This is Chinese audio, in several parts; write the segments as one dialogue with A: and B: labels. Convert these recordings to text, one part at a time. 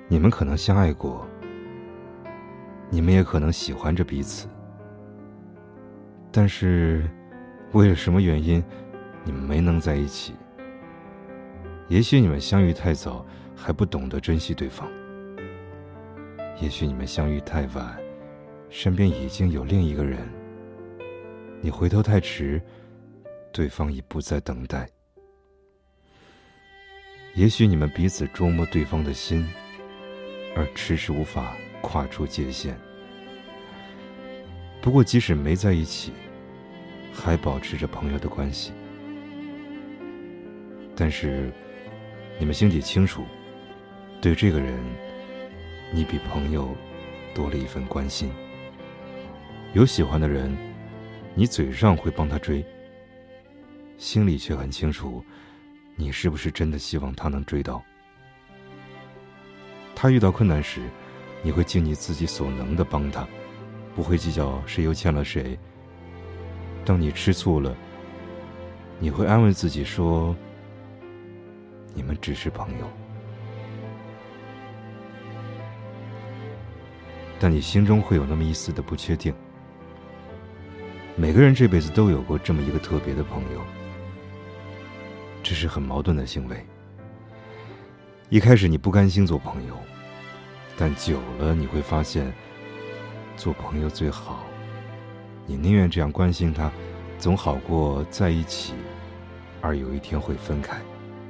A: 你们可能相爱过，你们也可能喜欢着彼此，但是为了什么原因你们没能在一起？也许你们相遇太早，还不懂得珍惜对方，也许你们相遇太晚，身边已经有另一个人，你回头太迟，对方已不再等待。也许你们彼此捉摸对方的心，而迟迟无法跨出界限。不过即使没在一起，还保持着朋友的关系，但是你们心底清楚，对这个人，你比朋友多了一份关心。有喜欢的人，你嘴上会帮他追，心里却很清楚，你是不是真的希望他能追到。他遇到困难时，你会尽你自己所能的帮他，不会计较谁又欠了谁。当你吃醋了，你会安慰自己说，你们只是朋友。但你心中会有那么一丝的不确定。每个人这辈子都有过这么一个特别的朋友，这是很矛盾的行为。一开始你不甘心做朋友，但久了你会发现，做朋友最好，你宁愿这样关心他，总好过在一起而有一天会分开。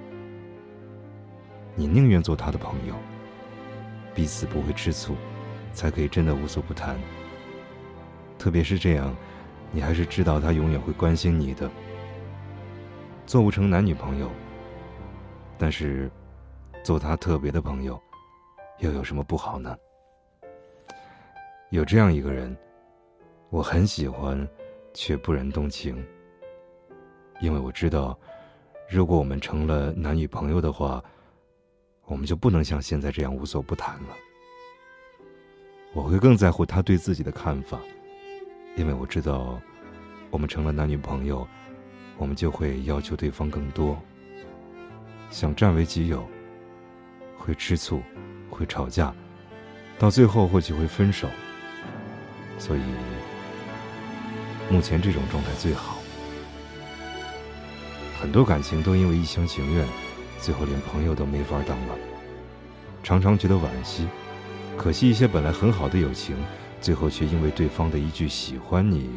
A: 你宁愿做他的朋友，彼此不会吃醋，才可以真的无所不谈。特别是这样，你还是知道他永远会关心你的。做不成男女朋友，但是做他特别的朋友，又有什么不好呢？有这样一个人，我很喜欢，却不忍动情。因为我知道，如果我们成了男女朋友的话，我们就不能像现在这样无所不谈了。我会更在乎他对自己的看法，因为我知道，我们成了男女朋友，我们就会要求对方更多，想占为己有，会吃醋，会吵架，到最后或许会分手。所以目前这种状态最好。很多感情都因为一厢情愿，最后连朋友都没法当了，常常觉得惋惜，可惜一些本来很好的友情，最后却因为对方的一句喜欢你，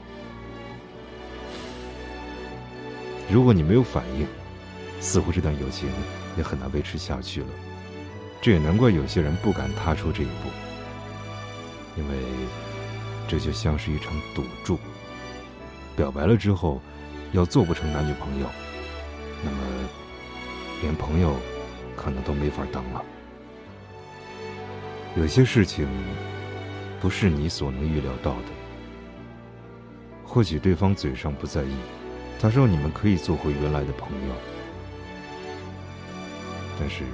A: 如果你没有反应，似乎这段友情也很难维持下去了。这也难怪有些人不敢踏出这一步，因为这就像是一场赌注，表白了之后要做不成男女朋友，那么连朋友可能都没法当了。有些事情不是你所能预料到的，或许对方嘴上不在意，他说你们可以做回原来的朋友，但是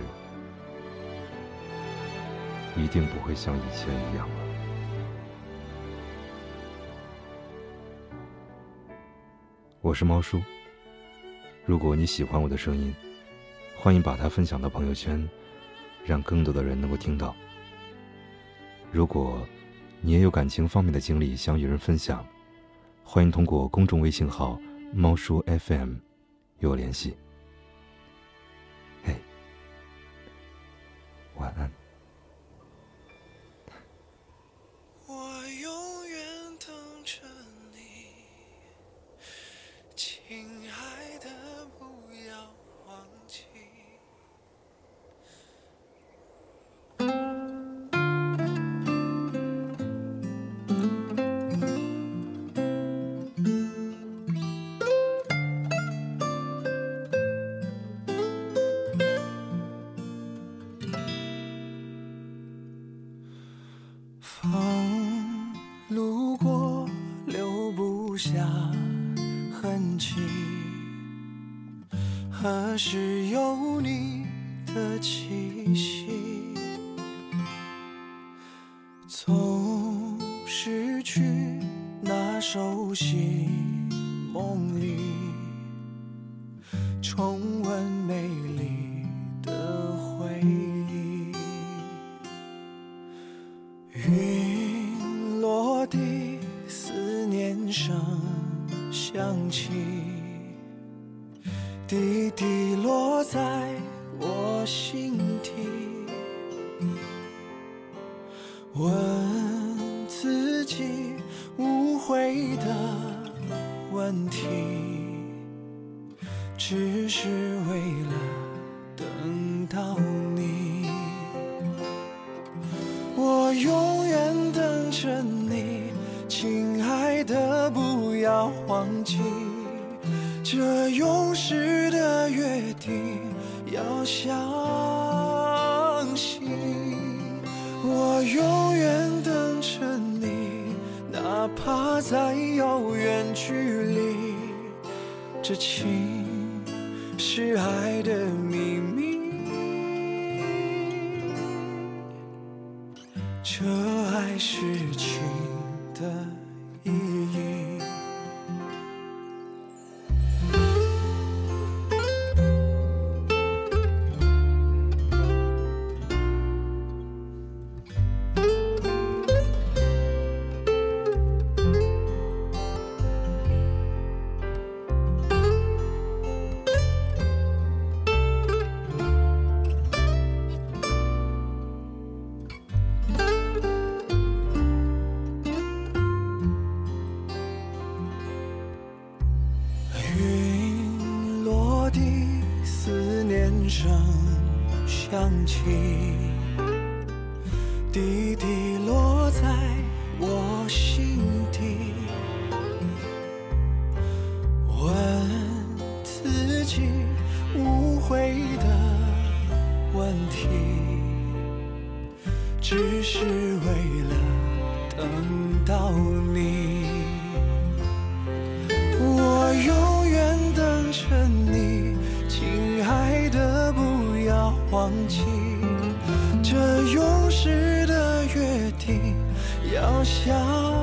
A: 一定不会像以前一样了。我是猫叔，如果你喜欢我的声音，欢迎把它分享到朋友圈，让更多的人能够听到。如果你也有感情方面的经历想与人分享，欢迎通过公众微信号猫叔 FM 与我联系。嘿，晚安。
B: 我永远等着你，亲爱的，不要忘记。风路过，留不下痕迹，何时有你的气息？总失去那熟悉梦里，重温美丽的回忆。 声响起，滴滴落在我心底，问自己无悔的问题，只是为了等到你。我永远等着你，亲爱的，不要忘记这永世的约定，要相信。我永远等着你，哪怕在遥远距离，这情是爱的秘密，这爱是情的意义。云落地，思念声响起，滴滴落在我心底，问自己无悔的问题，只是为了等到你。我永远等着你，亲爱的，不要忘记这永世的约定，要相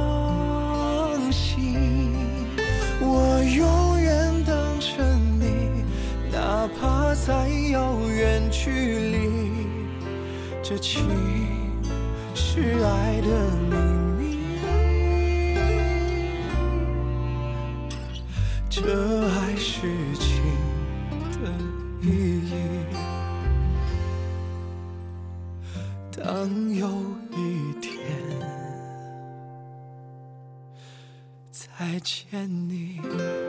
B: 信。我永远等着你，哪怕在遥远距离，这情是爱的秘密，这爱是情的意义。当有一天再见你。